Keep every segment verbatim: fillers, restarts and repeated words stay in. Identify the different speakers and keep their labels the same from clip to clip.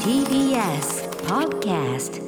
Speaker 1: ティービーエス Podcast。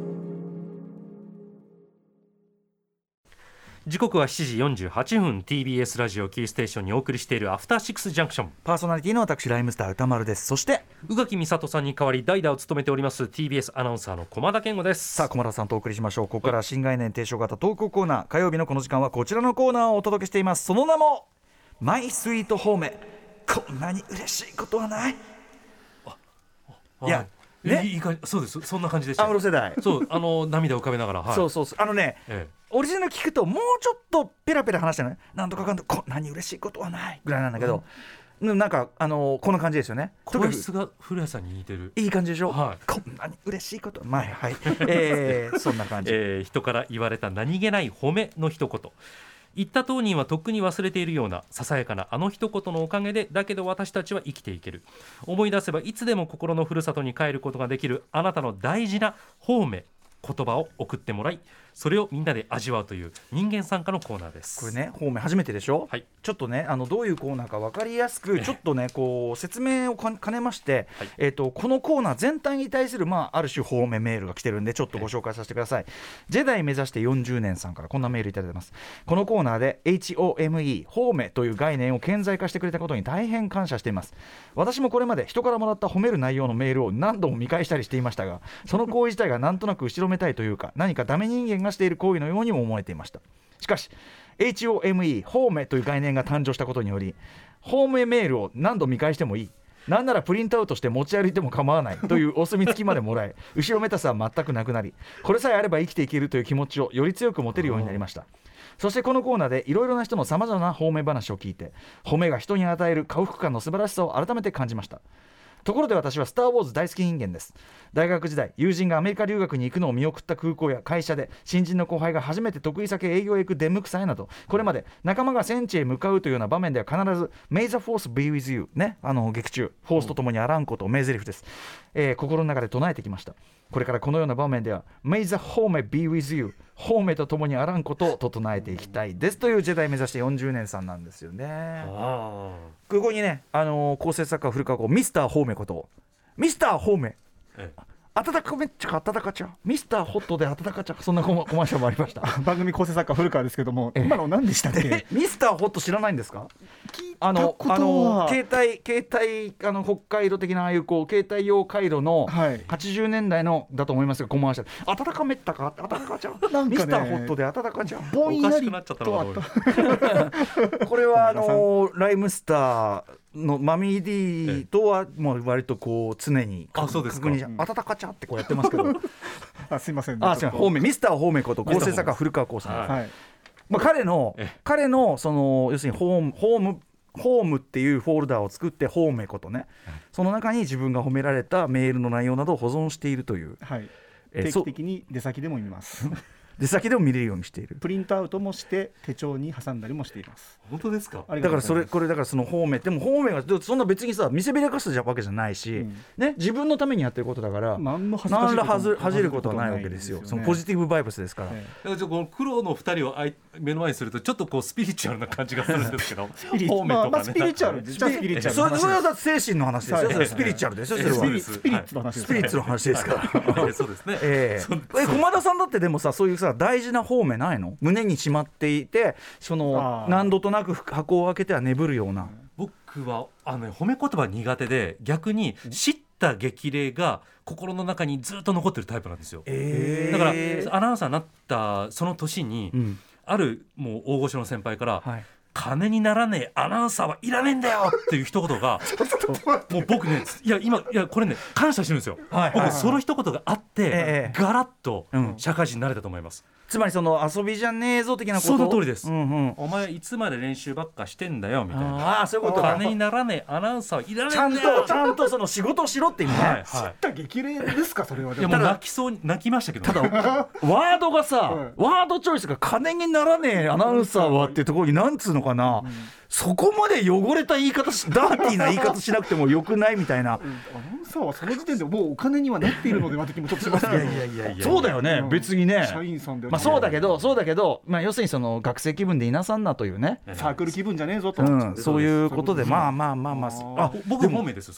Speaker 2: 時刻はしちじよんじゅうはちふん ティービーエス ラジオキーステーションにお送りしているアフターシックスジャンクション、
Speaker 3: パーソナリティの私ライムスター歌丸です。そして
Speaker 2: 宇垣美里さんに代わり代打を務めております ティービーエス アナウンサーの駒田健吾です。
Speaker 3: さあ駒田さんとお送りしましょう。ここから新概念提唱型トークコーナー、火曜日のこの時間はこちらのコーナーをお届けしています。その名もマイスイートホーム。こんなに嬉しいことはない。いや
Speaker 2: ね、いいかそうです、そんな感じでした。
Speaker 3: アムロ世代
Speaker 2: そう、あの涙を浮かべながら、はい、
Speaker 3: そうそうそう、あのね、ええ、オリジナル聞くともうちょっとペラペラ話してない、なんとかかんとこんなに嬉しいことはないぐらいなんだけど、うん、なんかあのー、こんな感じですよね。
Speaker 2: 声質が古谷さんに似てる、
Speaker 3: いい感じでしょ、
Speaker 2: はい、
Speaker 3: こんなに嬉しいことはない、はい、えー、そんな感じ、
Speaker 2: えー、人から言われた何気ない褒めの一言、言った当人はとっくに忘れているようなささやかなあの一言のおかげで、だけど私たちは生きていける。思い出せばいつでも心のふるさとに帰ることができるあなたの大事な褒め言葉を送ってもらい、それをみんなで味わうという人間参加のコーナーです。
Speaker 3: これね、方面初めてでしょ、はい、ちょっとね、あのどういうコーナーか分かりやすくちょっとねこう説明を兼ねまして、はい、えー、とこのコーナー全体に対する、まあ、ある種方面メールが来てるんでちょっとご紹介させてください。ジェダイ目指してよんじゅうねんさんからこんなメールいただいてます。このコーナーで エイチオーエムイー 褒めという概念を顕在化してくれたことに大変感謝しています。私もこれまで人からもらった褒める内容のメールを何度も見返したりしていましたが、その行為自体がなんとなく後ろめたいというか、何かダメ人間がしている行為のようにも思えていました。しかし エイチオーエムイー 褒めという概念が誕生したことにより、褒めメールを何度見返してもいい、なんならプリントアウトして持ち歩いても構わないというお墨付きまでもらえ、後ろめたさは全くなくなり、これさえあれば生きていけるという気持ちをより強く持てるようになりました。そしてこのコーナーでいろいろな人のさまざまな褒め話を聞いて、褒めが人に与える幸福感の素晴らしさを改めて感じました。ところで私はスター・ウォーズ大好き人間です。大学時代、友人がアメリカ留学に行くのを見送った空港や会社で、新人の後輩が初めて得意先営業へ行く出迎えなど、これまで仲間が戦地へ向かうというような場面では必ず May the Force be with you、ね、あの劇中フォースとともにあらんことを名台詞です、えー、心の中で唱えてきました。これからこのような場面では May the Home be with you、 ホーメとともにあらんことをと唱えていきたいですというジェダイ目指してよんじゅうねんさんなんですよね。あ、ここにね、あのー、構成作家古川子ミスターホーメことミスターホーメ、温かめっちゃ温かちゃミスターホットで温かちゃ、そんなコマーシャルもありました番組構成作家古川ですけども、今の何でしたっけミスターホット知らないんですか。あのあの携帯携帯あの北海道的なああいうこう携帯用回路のはちじゅうねんだいのだと思いますが、コマーシャル温かめったか温かちゃなんか、ね、ミスターホットで温かちゃぼんやりとあったこれはあのライムスターのマミー D とはもう割とこう常に確認、温かちゃってこうやってますけどあ、すいません、ね、あ、すいません、ホーメミスターホーメこと構成作家古川光さん、はい、まあ、彼の彼のその要するにホームホームホームっていうフォルダを作ってホーメことね、その中に自分が褒められたメールの内容などを保存しているという、はい、
Speaker 4: 定期的に出先でも見ます
Speaker 3: 出先でも見れるようにしている。
Speaker 4: プリントアウトもして手帳に挟んだりもしています。
Speaker 2: 本当ですか。
Speaker 3: だからそれこれだからその方面でも方面がそんな別にさ見せびらかすわけじゃないし、うん、ね、自分のためにやってることだから何ら恥じることはないわけですよ。そのポジティブバイブスですから、ええ、
Speaker 2: だからこの黒のふたりを目の前にするとちょっとこうスピリチュアルな感じがするんですけど
Speaker 4: スピリ、まあまあ、スピリチュアルです。スピリチュアル
Speaker 3: それそれは精神の話ですよ、はい、スピリチュアルですよ、それは
Speaker 4: スピリッツの話です、
Speaker 3: スピリッツの話ですから
Speaker 2: そうですね、
Speaker 3: えー、え駒田さんだってでもさ、そういうさ大事な方面ないの？胸にしまっていて、その何度となく箱を開けては眠るような。
Speaker 2: 僕はあの褒め言葉苦手で、逆に知った激励が心の中にずっと残ってるタイプなんですよ、えー、だからアナウンサーになったその年に、うん、あるもう大御所の先輩から、はい、金にならねえアナウンサーはいらねえんだよっていう一言がもう僕ね、いや今いやこれね感謝してるんですよ、はい、僕その一言があって、えー、ガラッと社会人になれたと思います、
Speaker 3: うん、つまりその遊びじゃねえぞ的なこと。
Speaker 2: その通りです、うんうん、お前いつまで練習ばっかしてんだよみたいな。
Speaker 3: あ、そういうこと。
Speaker 2: 金にならねえアナウンサーはいらねえんだよ、
Speaker 3: ちゃんとちゃんとその仕事をしろって意味ね、はいはい、
Speaker 4: 知った激励ですかそれは。でも
Speaker 2: いやもう泣きそうに泣きましたけど、
Speaker 3: ね、ただワードがさ、はい、ワードチョイスが金にならねえアナウンサーはっていうところになんつうのかな、うん、そこまで汚れた言い方しダーティーな言い方しなくてもよくないみたいな、うん、
Speaker 4: アナウンサーはその時点でもうお金にはなっているのではって気もちょっとしますけどいやいやいやいやそうだよね、うん、別にね社員さんでは、
Speaker 3: まあ、そうだけどそうだけど、まあ、要するにその学生気分でいなさんなというね、
Speaker 4: サークル気分じゃねえぞと、
Speaker 3: うん、そういうことで、まあまあまあまあ、
Speaker 2: あ僕もめですよそれ。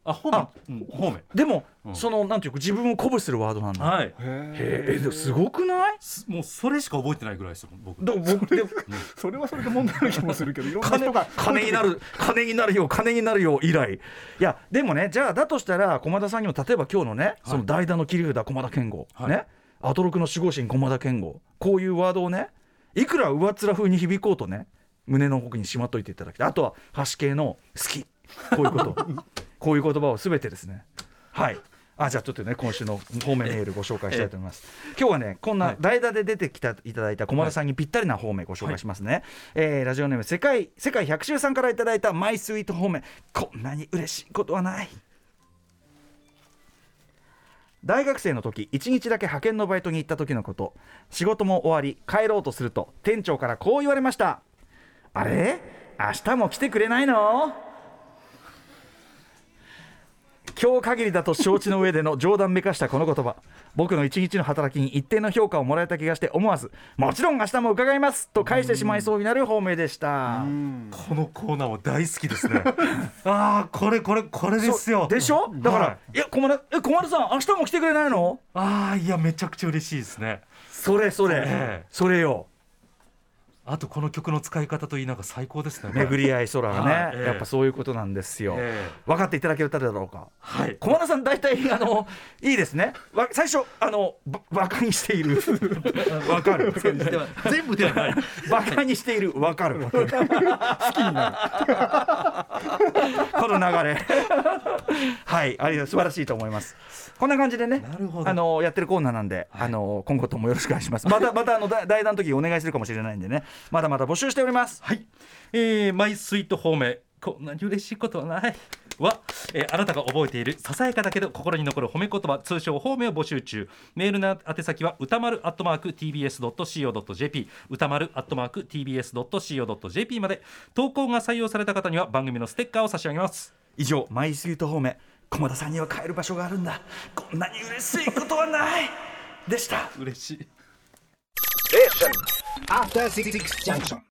Speaker 2: あ方面、うん、方面
Speaker 3: でも、
Speaker 2: うん、
Speaker 3: そのなんていうか自分を鼓舞するワードなんだ。
Speaker 2: はい。
Speaker 3: へえ、でもすごくない？
Speaker 2: もうそれしか覚えてないぐらいですよ僕。
Speaker 3: だ僕で
Speaker 4: それはそれで問題な気もするけどいろんな人が
Speaker 3: 金になる金になるよ金になるよ以来。いやでもね、じゃあだとしたら駒田さんにも例えば今日のね、はい、その代打の切り札駒田健吾、はい、ね、アトロクの守護神駒田健吾、こういうワードをね、いくら上っ面風に響こうとね、胸の奥にしまっといていただきたい。あとは橋系の好き、こういうことこういう言葉をすべてですね。はい。あ、じゃあちょっとね今週の方面メールご紹介したいと思います。今日はねこんな代打で出てきたいただいた駒田さんにぴったりな方面ご紹介しますね、はい、えー、ラジオネーム世界世界百周さんからいただいたマイスイート方面。こんなに嬉しいことはない。大学生の時いちにちだけ派遣のバイトに行った時のこと。仕事も終わり帰ろうとすると店長からこう言われました。あれ明日も来てくれないの？今日限りだと承知の上での冗談めかしたこの言葉、僕の一日の働きに一定の評価をもらえた気がして思わずもちろん明日も伺いますと返してしまいそうになる方面でした。
Speaker 2: このコーナーも大好きですねああこれこれこれですよ。
Speaker 3: でしょ。だから、はい、いや駒田え駒田さん明日も来てくれないの？
Speaker 2: ああいやめちゃくちゃ嬉しいですね。
Speaker 3: それそれ、えー、それよ。
Speaker 2: あとこの曲の使い方といいなんか最高ですね。
Speaker 3: 巡り合い空がね、
Speaker 2: はい、えー、や
Speaker 3: っぱそういうことなんですよ、えー、分かっていただけただろうか。
Speaker 2: はい、
Speaker 3: 駒田さん大体あのいいですね。最初あのバカにしている分かる
Speaker 2: 全部ではない
Speaker 3: バカにしている分かる好きになるこの流れはいありがとう、素晴らしいと思います。こんな感じでね、あのやってるコーナーなんで、はい、あの今後ともよろしくお願いします。またまたあの代打の時お願いするかもしれないんでね、まだまだ募集しております。
Speaker 2: はい、えー、マイスイート方面こんなに嬉しいことはないは、えー、あなたが覚えているささやかだけど心に残る褒め言葉、通称方面を募集中。メールの宛先は歌丸アットマーク ティービーエスドットシーオードットジェーピー 歌丸アットマーク ティービーエスドットシーオードットジェーピー まで。投稿が採用された方には番組のステッカーを差し上げます。
Speaker 3: 以上マイスイート方面、駒田さんには帰る場所があるんだ、こんなに嬉しいことはないでした。
Speaker 2: 嬉しい。
Speaker 5: After Six Junction